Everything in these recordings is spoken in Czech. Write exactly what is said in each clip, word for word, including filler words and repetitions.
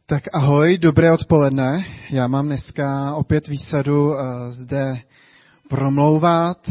Tak ahoj, dobré odpoledne. Já mám dneska opět výsadu uh, zde promlouvat.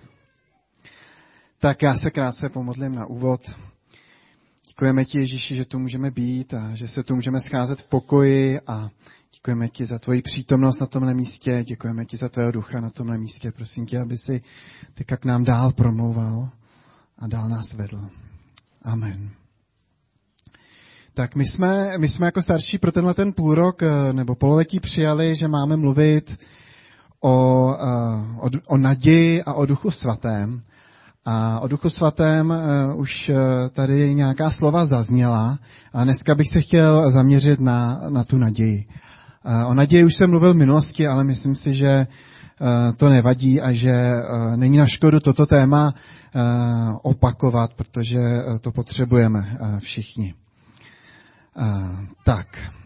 Tak já se krátce pomodlím na úvod. Děkujeme ti, Ježíši, že tu můžeme být a že se tu můžeme scházet v pokoji a děkujeme ti za tvoji přítomnost na tomhle místě, děkujeme ti za tvého ducha na tomhle místě. Prosím tě, aby si ty k nám dál promlouval a dál nás vedl. Amen. Tak my jsme, my jsme jako starší pro tenhle ten půlrok nebo pololetí přijali, že máme mluvit o, o, o naději a o Duchu svatém. A o Duchu svatém už tady nějaká slova zazněla a dneska bych se chtěl zaměřit na, na tu naději. O naději už jsem mluvil v minulosti, ale myslím si, že to nevadí a že není na škodu toto téma opakovat, protože to potřebujeme všichni. Uh, tak.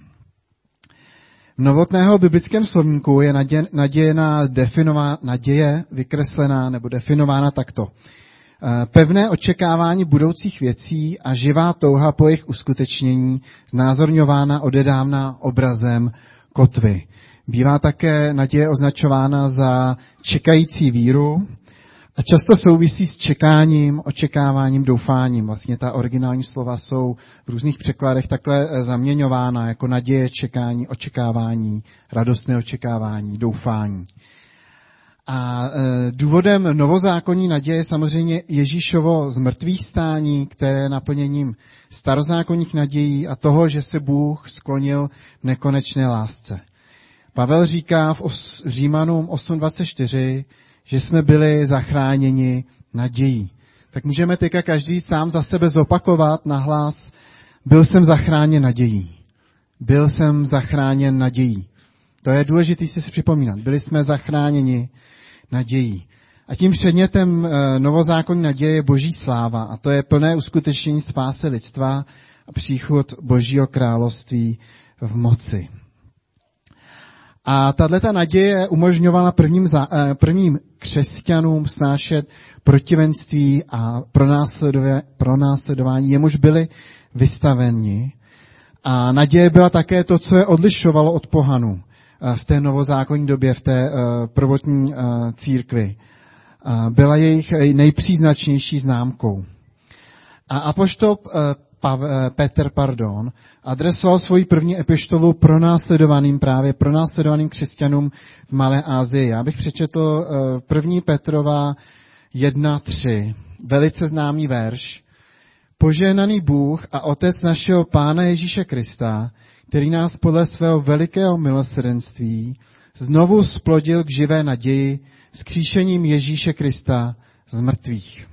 V novotného biblickém slovníku je naděje, naděje, na definová, naděje vykreslená nebo definována takto. Uh, pevné očekávání budoucích věcí a živá touha po jejich uskutečnění znázorňována odedávna obrazem kotvy. Bývá také naděje označována za čekající víru a často souvisí s čekáním, očekáváním, doufáním. Vlastně ta originální slova jsou v různých překladech takhle zaměňována jako naděje, čekání, očekávání, radostné očekávání, doufání. A důvodem novozákonní naděje je samozřejmě Ježíšovo zmrtvýchvstání, které je naplněním starozákonních nadějí a toho, že se Bůh sklonil v nekonečné lásce. Pavel říká v Římanům osm dvacet čtyři, že jsme byli zachráněni nadějí. Tak můžeme teďka každý sám za sebe zopakovat nahlas, byl jsem zachráněn nadějí. Byl jsem zachráněn nadějí. To je důležité si připomínat. Byli jsme zachráněni nadějí. A tím předmětem novozákonní naděje je Boží sláva. A to je plné uskutečnění spásy lidstva a příchod Božího království v moci. A tato naděje umožňovala prvním, za, prvním křesťanům snášet protivenství a pronásledování, jemuž byli vystaveni. A naděje byla také to, co je odlišovalo od pohanů v té novozákonní době, v té prvotní církvi. Byla jejich nejpříznačnější známkou. A apoštol Petr, pardon, adresoval svoji první epištolu pronásledovaným právě pronásledovaným křesťanům v Malé Asii. Já bych přečetl první Petrova jedna tři, velice známý verš. Požehnaný Bůh a Otec našeho Pána Ježíše Krista, který nás podle svého velikého milosrdenství znovu splodil k živé naději vzkříšením Ježíše Krista z mrtvých.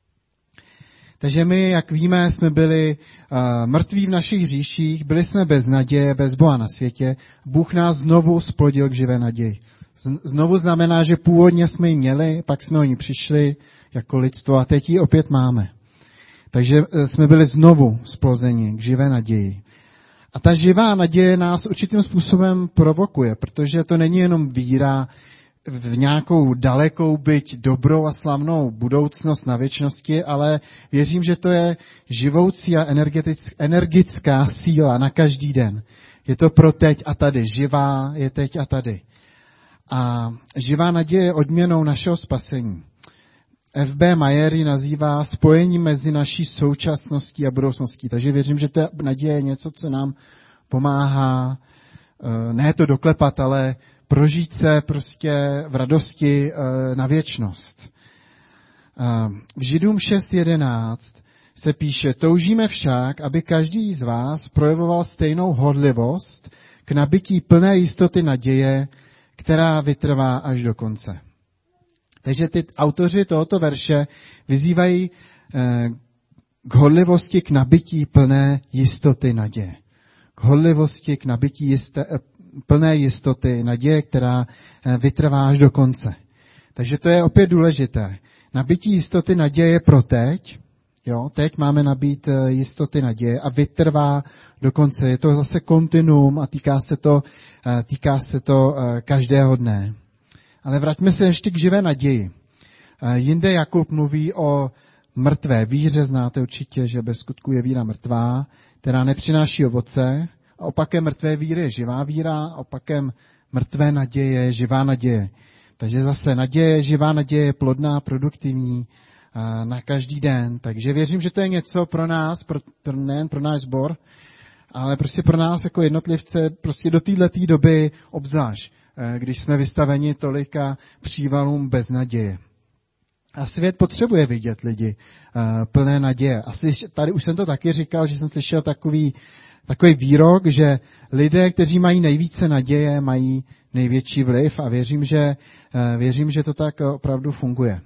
Takže my, jak víme, jsme byli uh, mrtví v našich hříších, byli jsme bez naděje, bez Boha na světě. Bůh nás znovu splodil k živé naději. Z, znovu znamená, že původně jsme ji měli, pak jsme o ní přišli jako lidstvo a teď ji opět máme. Takže uh, jsme byli znovu splozeni k živé naději. A ta živá naděje nás určitým způsobem provokuje, protože to není jenom víra v nějakou dalekou, byť dobrou a slavnou budoucnost na věčnosti, ale věřím, že to je živoucí a energická síla na každý den. Je to pro teď a tady. Živá je teď a tady. A živá naděje je odměnou našeho spasení. F B Mayer ji nazývá spojením mezi naší současností a budoucností. Takže věřím, že ta naděje je něco, co nám pomáhá, ne to doklepat, ale prožít se prostě v radosti na věčnost. V Židům šest jedenáct se píše, toužíme však, aby každý z vás projevoval stejnou horlivost k nabytí plné jistoty naděje, která vytrvá až do konce. Takže ty autoři tohoto verše vyzývají k horlivosti, k nabytí plné jistoty naděje. K horlivosti, k nabytí jisté, plné jistoty naděje, která vytrvá až do konce. Takže to je opět důležité. Nabytí jistoty naděje pro teď. Jo, teď máme nabít jistoty naděje a vytrvá do konce. Je to zase kontinuum a týká se to, týká se to každého dne. Ale vraťme se ještě k živé naději. Jinde Jakub mluví o mrtvé víře. Znáte určitě, že bez skutku je víra mrtvá, která nepřináší ovoce. A opakem mrtvé víry je živá víra, a opakem mrtvé naděje je živá naděje. Takže zase naděje, živá naděje je plodná, produktivní na každý den. Takže věřím, že to je něco pro nás, pro, nejen pro náš sbor, ale prostě pro nás jako jednotlivce prostě do této doby obzvlášť, když jsme vystaveni tolika přívalům beznaděje. A svět potřebuje vidět lidi plné naděje. Asi tady už jsem to taky říkal, že jsem slyšel takový, takový výrok, že lidé, kteří mají nejvíce naděje, mají největší vliv a věřím, že, věřím, že to tak opravdu funguje.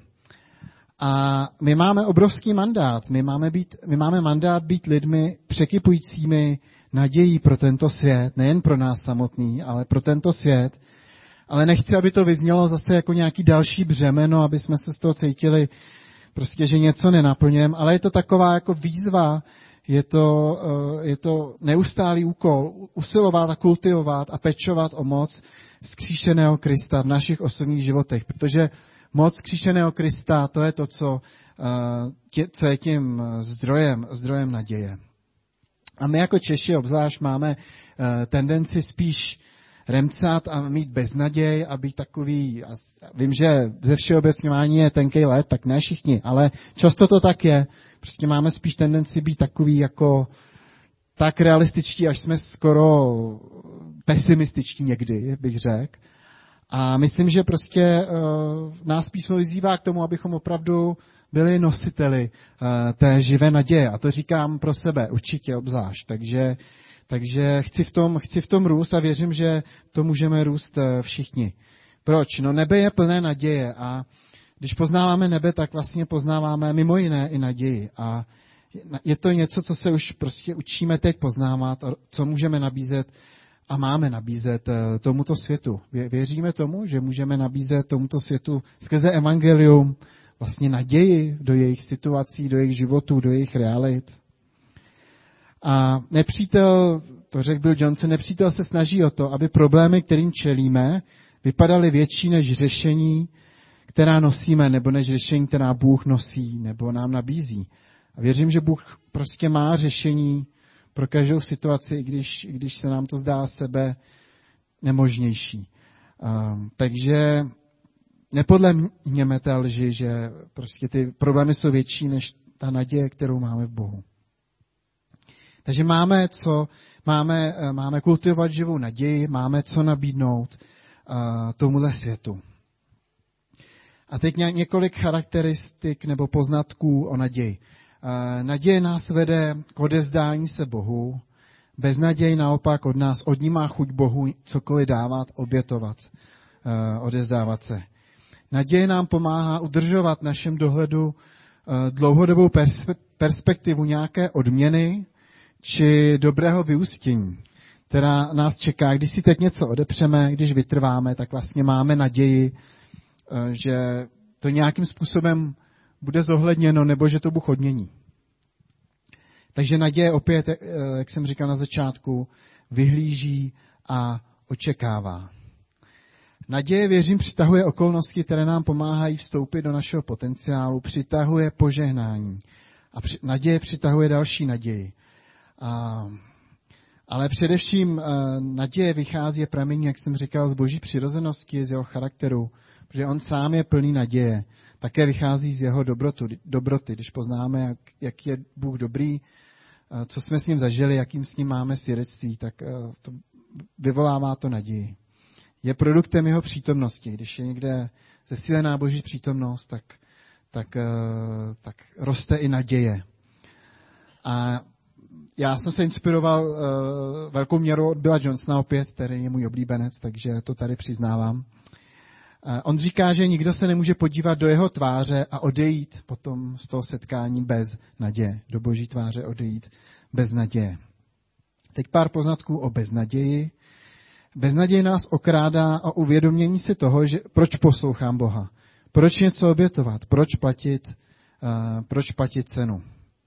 A my máme obrovský mandát. My máme, být, my máme mandát být lidmi překypujícími nadějí pro tento svět, nejen pro nás samotný, ale pro tento svět. Ale nechci, aby to vyznělo zase jako nějaký další břemeno, aby jsme se z toho cítili prostě, že něco nenaplňujeme, ale je to taková jako výzva, je to, je to neustálý úkol usilovat a kultivovat a pečovat o moc vzkříšeného Krista v našich osobních životech, protože moc vzkříšeného Krista, to je to, co, co je tím zdrojem, zdrojem naděje. A my jako Češi obzvlášť máme tendenci spíš remcat a mít beznaděj a být takový, vím, že ze všeobecňování je tenkej led, tak ne všichni, ale často to tak je. Prostě máme spíš tendenci být takový jako tak realističtí, až jsme skoro pesimističtí někdy, bych řekl. A myslím, že prostě uh, nás písmo vyzývá k tomu, abychom opravdu byli nositeli uh, té živé naděje. A to říkám pro sebe, určitě obzvlášť. Takže, takže chci, v tom, chci v tom růst a věřím, že to můžeme růst uh, všichni. Proč? No nebe je plné naděje a když poznáváme nebe, tak vlastně poznáváme mimo jiné i naději. A je to něco, co se už prostě učíme teď poznávat, co můžeme nabízet a máme nabízet tomuto světu. Věříme tomu, že můžeme nabízet tomuto světu skrze evangelium vlastně naději do jejich situací, do jejich životů, do jejich realit. A nepřítel, to řekl Bill Johnson, nepřítel se snaží o to, aby problémy, kterým čelíme, vypadaly větší než řešení, která nosíme, nebo než řešení, která Bůh nosí, nebo nám nabízí. A věřím, že Bůh prostě má řešení pro každou situaci, i když, i když se nám to zdá sebe nemožnější. Um, takže nepodlehněme té lži, že prostě ty problémy jsou větší než ta naděje, kterou máme v Bohu. Takže máme co, máme, máme kultivovat živou naději, máme co nabídnout uh, tomuhle světu. A teď několik charakteristik nebo poznatků o naději. Naděje nás vede k odevzdání se Bohu, beznaděj naopak od nás odnímá chuť Bohu cokoliv dávat, obětovat, odevzdávat se. Naděje nám pomáhá udržovat v našem dohledu dlouhodobou perspektivu nějaké odměny či dobrého vyústění, která nás čeká. Když si teď něco odepřeme, když vytrváme, tak vlastně máme naději, že to nějakým způsobem bude zohledněno, nebo že to Bůh odmění. Takže naděje opět, jak jsem říkal na začátku, vyhlíží a očekává. Naděje, věřím, přitahuje okolnosti, které nám pomáhají vstoupit do našeho potenciálu, přitahuje požehnání. A při, naděje přitahuje další naději. A, ale především naděje vychází, je pramení, jak jsem říkal, z boží přirozenosti, z jeho charakteru, protože on sám je plný naděje. Také vychází z jeho dobrotu, dobroty, když poznáme, jak, jak je Bůh dobrý, co jsme s ním zažili, jakým s ním máme svědectví, tak to vyvolává to naději. Je produktem jeho přítomnosti. Když je někde zesílená boží přítomnost, tak, tak, tak roste i naděje. A já jsem se inspiroval velkou měrou od Billa Johnsona opět, který je můj oblíbenec, takže to tady přiznávám. On říká, že nikdo se nemůže podívat do jeho tváře a odejít potom z toho setkání bez naděje. Do boží tváře odejít bez naděje. Teď pár poznatků o beznaději. Beznaděj nás okrádá o uvědomění si toho, že proč poslouchám Boha. Proč něco obětovat, proč platit, uh, proč platit cenu.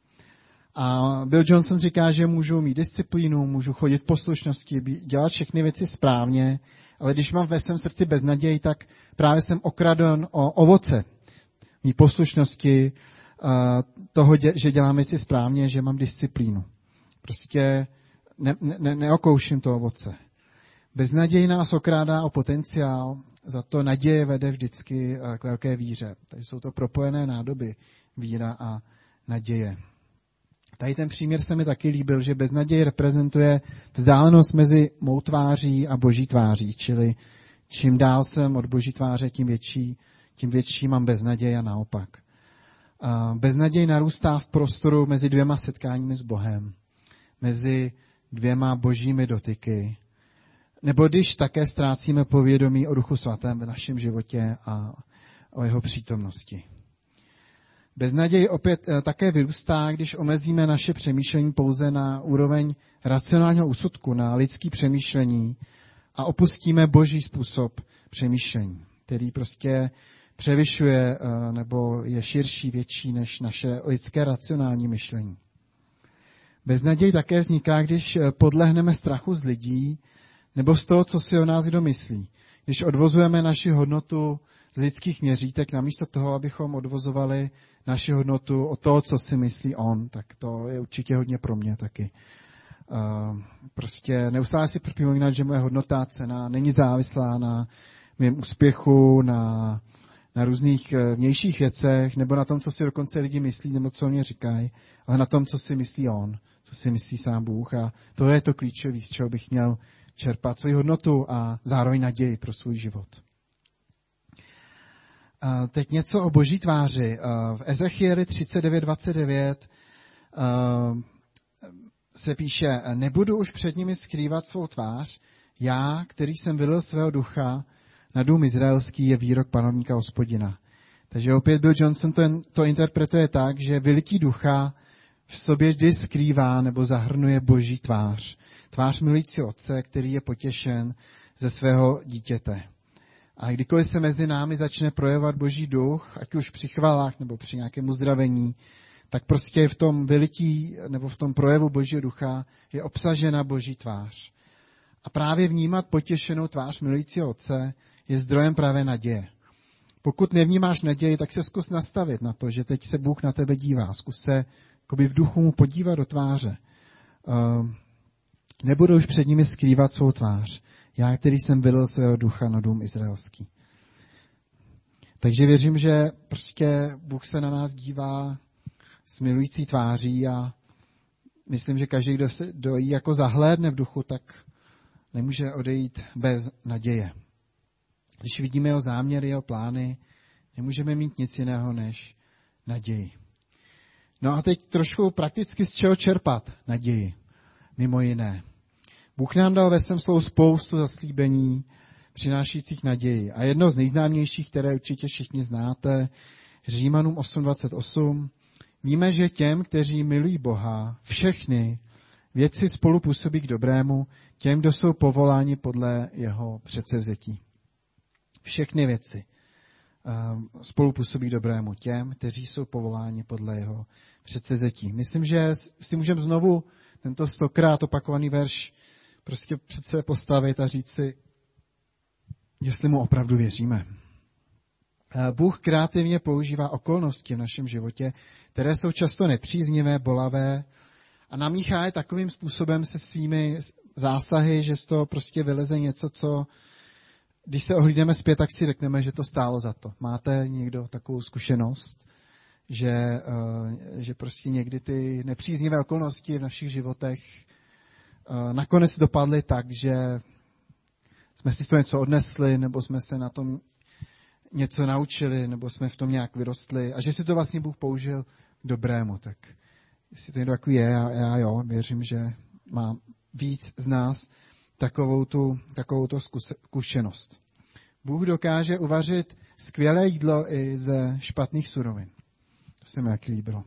A Bill Johnson říká, že můžu mít disciplínu, můžu chodit v poslušnosti, dělat všechny věci správně, ale když mám ve svém srdci beznaděj, tak právě jsem okraden o ovoce mý poslušnosti, toho, že dělám věci správně, že mám disciplínu. Prostě ne, ne, neokouším to ovoce. Beznaděj nás okrádá o potenciál, za to naděje vede vždycky k velké víře. Takže jsou to propojené nádoby, víra a naděje. Tady ten příměr se mi taky líbil, že beznaděj reprezentuje vzdálenost mezi mou tváří a boží tváří, čili čím dál jsem od boží tváře, tím větší, tím větší mám beznaděj a naopak. Beznaděj narůstá v prostoru mezi dvěma setkáními s Bohem, mezi dvěma božími dotyky, nebo když také ztrácíme povědomí o Duchu Svatém v našem životě a o jeho přítomnosti. Beznaděj opět také vyrůstá, když omezíme naše přemýšlení pouze na úroveň racionálního úsudku, na lidský přemýšlení a opustíme boží způsob přemýšlení, který prostě převyšuje nebo je širší, větší než naše lidské racionální myšlení. Beznaděj také vzniká, když podlehneme strachu z lidí nebo z toho, co si o nás kdo myslí. Když odvozujeme naši hodnotu z lidských měřítek, namísto toho, abychom odvozovali naši hodnotu od toho, co si myslí on, tak to je určitě hodně pro mě taky. Prostě neustále si připomínat, že moje hodnota, cena není závislá na mém úspěchu, na, na různých vnějších věcech, nebo na tom, co si dokonce lidi myslí, nebo co mě říkají, ale na tom, co si myslí on, co si myslí sám Bůh. A to je to klíčové, z čeho bych měl čerpat svoji hodnotu a zároveň naději pro svůj život. A teď něco o boží tváři. V Ezechieli třicet devět dvacet devět se píše, nebudu už před nimi skrývat svou tvář, já, který jsem vylil svého ducha na dům izraelský, je výrok panovníka Hospodina. Takže opět Bill Johnson to, to interpretuje tak, že vylití ducha v sobě vždy skrývá nebo zahrnuje boží tvář. Tvář milující otce, který je potěšen ze svého dítěte. A kdykoliv se mezi námi začne projevovat boží duch, ať už při chvalách nebo při nějakém uzdravení, tak prostě v tom vylití nebo v tom projevu božího ducha je obsažena boží tvář. A právě vnímat potěšenou tvář milujícího otce je zdrojem právě naděje. Pokud nevnímáš naději, tak se zkus nastavit na to, že teď se Bůh na tebe dívá. Zkus se jakoby v duchu mu podívat do tváře. Uh, nebudu už před nimi skrývat svou tvář. Já, který jsem vylil svého ducha na dům izraelský. Takže věřím, že prostě Bůh se na nás dívá s milující tváří a myslím, že každý, kdo se dojí jako zahlédne v duchu, tak nemůže odejít bez naděje. Když vidíme jeho záměry, jeho plány, nemůžeme mít nic jiného než naději. No a teď trošku prakticky z čeho čerpat naději, mimo jiné. Bůh nám dal ve svém slovu spoustu zaslíbení přinášících naději. A jedno z nejznámějších, které určitě všichni znáte, Římanům osm dvacet osm. Víme, že těm, kteří milují Boha, všechny věci spolu působí k dobrému, těm, kdo jsou povoláni podle jeho předsevzetí. Všechny věci spolu působí k dobrému těm, kteří jsou povoláni podle jeho předsevzetí. Myslím, že si můžeme znovu tento stokrát opakovaný verš prostě před sebe postavit a říct si, jestli mu opravdu věříme. Bůh kreativně používá okolnosti v našem životě, které jsou často nepříznivé, bolavé a namíchá je takovým způsobem se svými zásahy, že z toho prostě vyleze něco, co, když se ohlídneme zpět, tak si řekneme, že to stálo za to. Máte někdo takovou zkušenost, že, že prostě někdy ty nepříznivé okolnosti v našich životech nakonec dopadly tak, že jsme si z toho něco odnesli, nebo jsme se na tom něco naučili, nebo jsme v tom nějak vyrostli a že si to vlastně Bůh použil k dobrému. Tak jestli to někdo takový je, já, já jo, věřím, že má víc z nás takovou tu, takovou tu zkušenost. Bůh dokáže uvařit skvělé jídlo i ze špatných surovin. To se mi taky líbilo.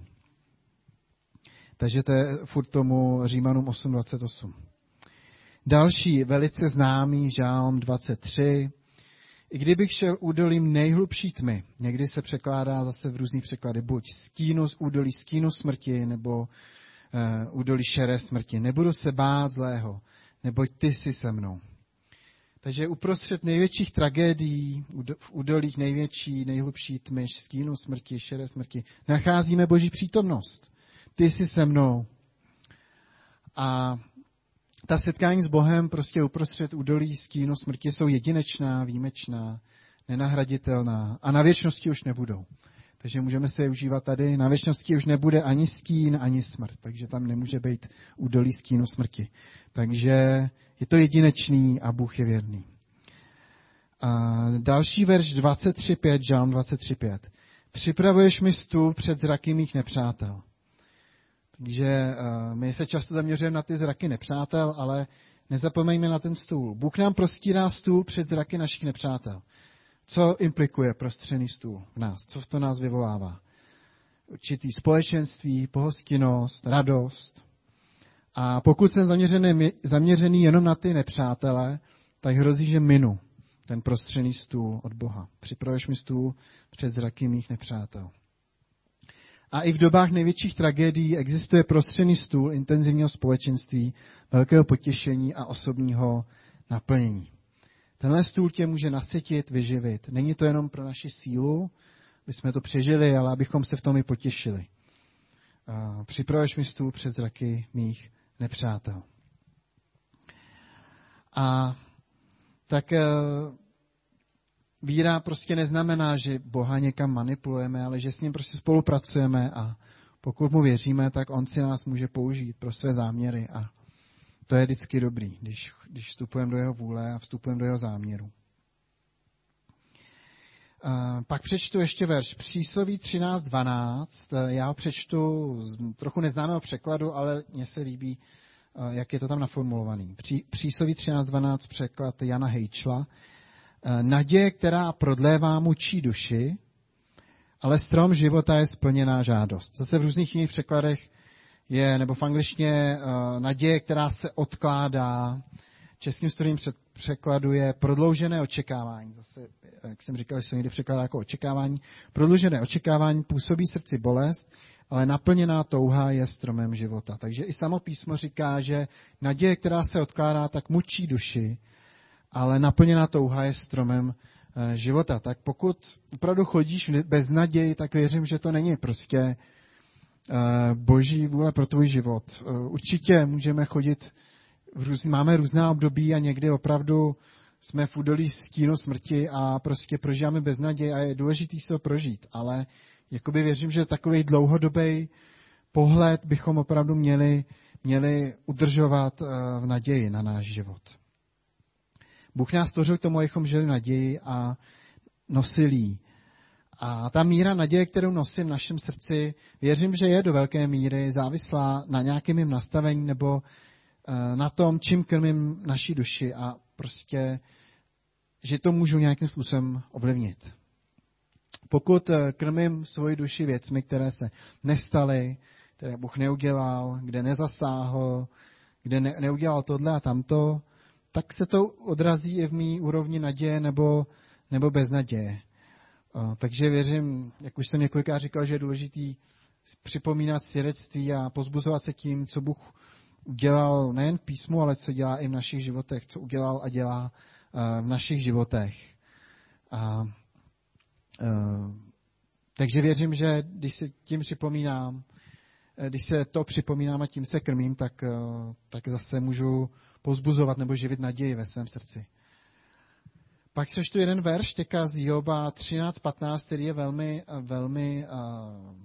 Takže to je furt tomu Římanům osm dvacet osm. Další velice známý žálm dvacet tři. I kdybych šel údolím nejhlubší tmy, někdy se překládá zase v různých překlady, buď stínu z údolí stínu smrti, nebo uh, údolí šeré smrti. Nebudu se bát zlého, neboť ty jsi se mnou. Takže uprostřed největších tragédií, v údolích největší, nejhlubší tmy, stínu smrti, šeré smrti, nacházíme Boží přítomnost. Ty jsi se mnou. A ta setkání s Bohem prostě uprostřed údolí stínu smrti jsou jedinečná, výjimečná, nenahraditelná a na věčnosti už nebudou. Takže můžeme si je užívat tady. Na věčnosti už nebude ani stín, ani smrt, takže tam nemůže být údolí stínu smrti. Takže je to jedinečný a Bůh je věrný. A další verš dvacet tři pět, Žalm dvacet tři pět. Připravuješ mi stůl před zraky mých nepřátel. Takže uh, my se často zaměřujeme na ty zraky nepřátel, ale nezapomeňme na ten stůl. Bůh nám prostírá stůl před zraky našich nepřátel. Co implikuje prostřený stůl v nás? Co v to nás vyvolává? Určitý společenství, pohostinnost, radost. A pokud jsem zaměřený, zaměřený jenom na ty nepřátele, tak hrozí, že minu ten prostřený stůl od Boha. Připravuješ mi stůl před zraky mých nepřátel. A i v dobách největších tragédií existuje prostřený stůl intenzivního společenství, velkého potěšení a osobního naplnění. Tenhle stůl tě může nasytit, vyživit. Není to jenom pro naši sílu, aby jsme to přežili, ale abychom se v tom i potěšili. Připravuješ mi stůl před zraky mých nepřátel. A tak víra prostě neznamená, že Boha někam manipulujeme, ale že s ním prostě spolupracujeme a pokud mu věříme, tak on si nás může použít pro své záměry a to je vždycky dobrý, když, když vstupujeme do jeho vůle a vstupujeme do jeho záměru. Uh, pak přečtu ještě verš Přísloví třináct dvanáct. Já ho přečtu z trochu neznámého překladu, ale mně se líbí, uh, jak je to tam naformulovaný. Pří, Přísloví třináct dvanáct překlad Jana Hejčla. Uh, Naděje, která prodlévá, mučí duši, ale strom života je splněná žádost. Zase v různých jiných překladech je, nebo v angličtině, uh, naděje, která se odkládá. V českým studijním překladu je prodloužené očekávání. Zase, jak jsem říkal, že se někdy překládá jako očekávání. Prodloužené očekávání působí srdci bolest, ale naplněná touha je stromem života. Takže i samo písmo říká, že naděje, která se odkládá, tak mučí duši, ale naplněná touha je stromem uh, života. Tak pokud opravdu chodíš bez naději, tak věřím, že to není prostě Boží vůle pro tvůj život. Určitě můžeme chodit, v růz, máme různá období a někdy opravdu jsme v údolí stínu smrti a prostě prožíváme beznaděj a je důležitý se to prožít. Ale jakoby věřím, že takový dlouhodobý pohled bychom opravdu měli, měli udržovat v naději na náš život. Bůh nás stvořil k tomu, abychom žili naději a nosili ji. A ta míra naděje, kterou nosím v našem srdci, věřím, že je do velké míry závislá na nějakém mým nastavení nebo na tom, čím krmím naši duši a prostě, že to můžu nějakým způsobem ovlivnit. Pokud krmím svoji duši věcmi, které se nestaly, které Bůh neudělal, kde nezasáhl, kde ne, neudělal tohle a tamto, tak se to odrazí i v mý úrovni naděje nebo, nebo beznaděje. Takže věřím, jak už jsem několikrát říkal, že je důležitý připomínat svědectví a pozbuzovat se tím, co Bůh udělal nejen v písmu, ale co dělá i v našich životech, co udělal a dělá v našich životech. A, takže věřím, že když se tím připomínám, když se to připomínám a tím se krmím, tak, tak zase můžu pozbuzovat nebo živit naději ve svém srdci. Pak přečtu jeden verš teďka z Joba třináct patnáct, který je velmi, velmi uh,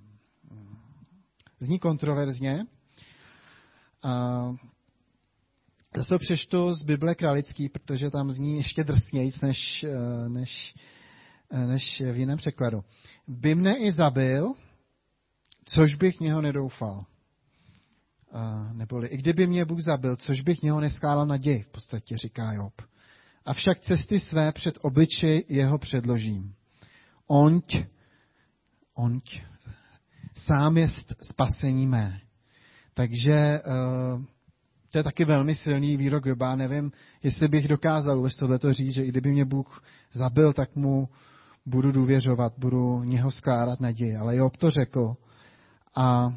zní kontroverzně. Uh, to se přečtu z Bible Kralický, protože tam zní ještě drsnějc než, uh, než, uh, než v jiném překladu. By mne i zabil, což bych něho nedoufal. Uh, neboli i kdyby mě Bůh zabil, což bych něho neskládal naději, v podstatě říká Job. Avšak cesty své před obličej jeho předložím. Onť, onť, sám jest spasení mé. Takže uh, to je taky velmi silný výrok Joba. Nevím, jestli bych dokázal vůbec tohleto říct, že i kdyby mě Bůh zabil, tak mu budu důvěřovat, budu něho skládat naději. Ale Job to řekl. A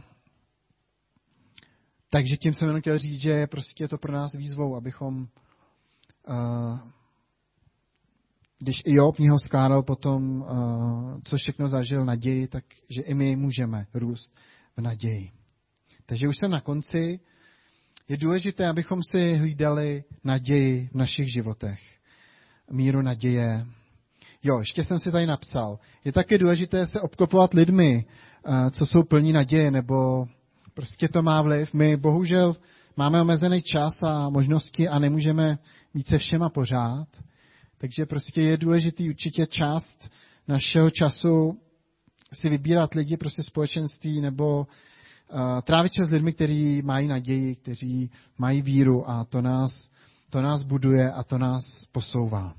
takže tím jsem jenom chtěl říct, že je prostě to pro nás výzvou, abychom Uh, když i Job něho skládal potom, uh, co všechno zažil naději, takže i my můžeme růst v naději. Takže už jsem na konci. Je důležité, abychom si hlídali naději v našich životech. Míru naděje. Jo, ještě jsem si tady napsal. Je také důležité se obklopovat lidmi, co jsou plní naděje, nebo prostě to má vliv. My bohužel máme omezený čas a možnosti a nemůžeme být se všema pořád. Takže prostě je důležitý určitě část našeho času si vybírat lidi, prostě společenství, nebo uh, trávit čas s lidmi, kteří mají naději, kteří mají víru a to nás, to nás buduje a to nás posouvá.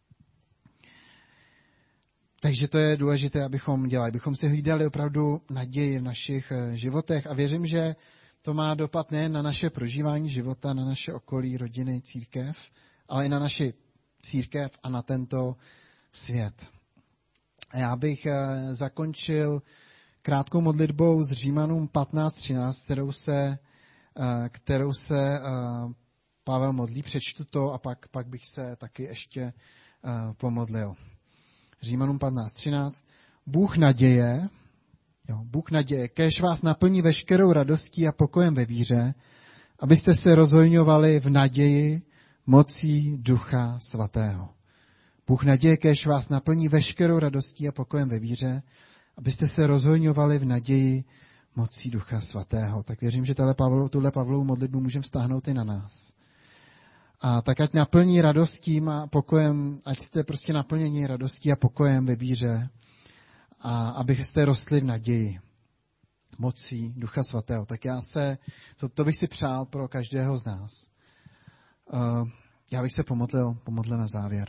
Takže to je důležité, abychom dělali, abychom si hlídali opravdu naději v našich životech a věřím, že to má dopad nejen na naše prožívání života, na naše okolí, rodiny, církev, ale i na naši církev a na tento svět. A já bych zakončil krátkou modlitbou z Římanům patnáct třináct, kterou se, kterou se Pavel modlí. Přečtu to a pak, pak bych se taky ještě pomodlil. Římanům patnáct třináct. Bůh naděje, jo, Bůh naděje, kéž vás naplní veškerou radostí a pokojem ve víře, abyste se rozhojňovali v naději mocí Ducha Svatého. Bůh naděje, kéž vás naplní veškerou radostí a pokojem ve víře, abyste se rozhojňovali v naději mocí Ducha Svatého. Tak věřím, že tuhle Pavlovu modlitbu můžeme vztáhnout i na nás. A tak ať naplní radostí a pokojem, ať jste prostě naplněni radostí a pokojem ve víře a abyste rostli v naději mocí Ducha Svatého. Tak já se, to, to bych si přál pro každého z nás. Uh, já bych se pomodlil, pomodlil na závěr.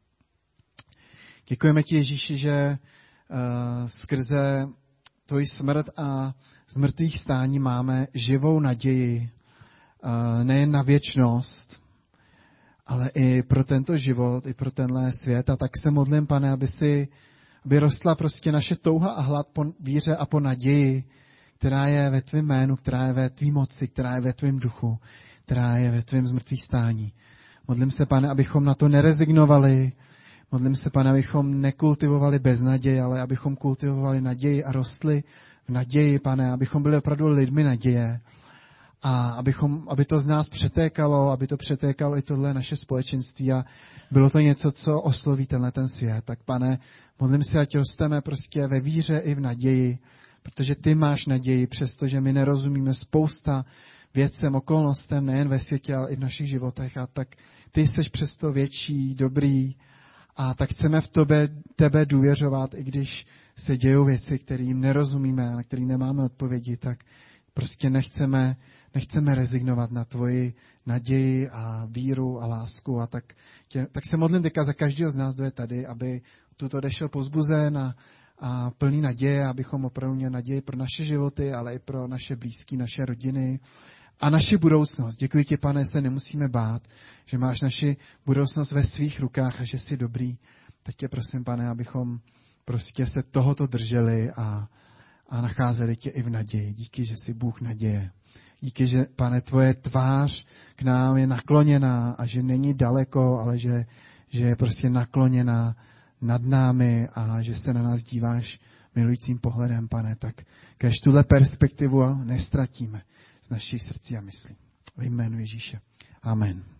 Děkujeme ti, Ježíši, že uh, skrze tvoji smrt a z mrtvých stání máme živou naději uh, nejen na věčnost, ale i pro tento život, i pro tenhle svět. A tak se modlím, Pane, aby, si, aby rostla prostě naše touha a hlad po víře a po naději, která je ve tvém jménu, která je ve tvý moci, která je ve tvém duchu, která je ve tvém zmrtvých stání. Modlím se, Pane, abychom na to nerezignovali. Modlím se, Pane, abychom nekultivovali beznaději, ale abychom kultivovali naději a rostli v naději, Pane, abychom byli opravdu lidmi naděje. A abychom, aby to z nás přetékalo, aby to přetékalo i tohle naše společenství a bylo to něco, co osloví tenhle ten svět. Tak, Pane, modlím se, ať rosteme prostě ve víře i v naději, protože ty máš naději, přestože my nerozumíme spousta věcem, okolnostem, nejen ve světě, ale i v našich životech. A tak ty jsi přesto větší, dobrý a tak chceme v tobě, tebe důvěřovat, i když se dějou věci, kterým nerozumíme, na které nemáme odpovědi, tak prostě nechceme, nechceme rezignovat na tvoji naději a víru a lásku. A tak, tě, tak se modlím teďka za každého z nás, kdo je tady, aby tuto odešel povzbuzen a, a plný naděje, abychom opravdu měli naději pro naše životy, ale i pro naše blízké, naše rodiny a naši budoucnost. Děkuji ti, Pane, se nemusíme bát, že máš naši budoucnost ve svých rukách a že jsi dobrý. Tak tě prosím, Pane, abychom prostě se tohoto drželi a a nacházeli tě i v naději. Díky, že jsi Bůh naděje. Díky, že, Pane, tvoje tvář k nám je nakloněná a že není daleko, ale že, že je prostě nakloněná nad námi a že se na nás díváš milujícím pohledem, Pane. Tak kéž tuhle perspektivu nestratíme z našich srdcí a myslí. Ve jménu Ježíše. Amen.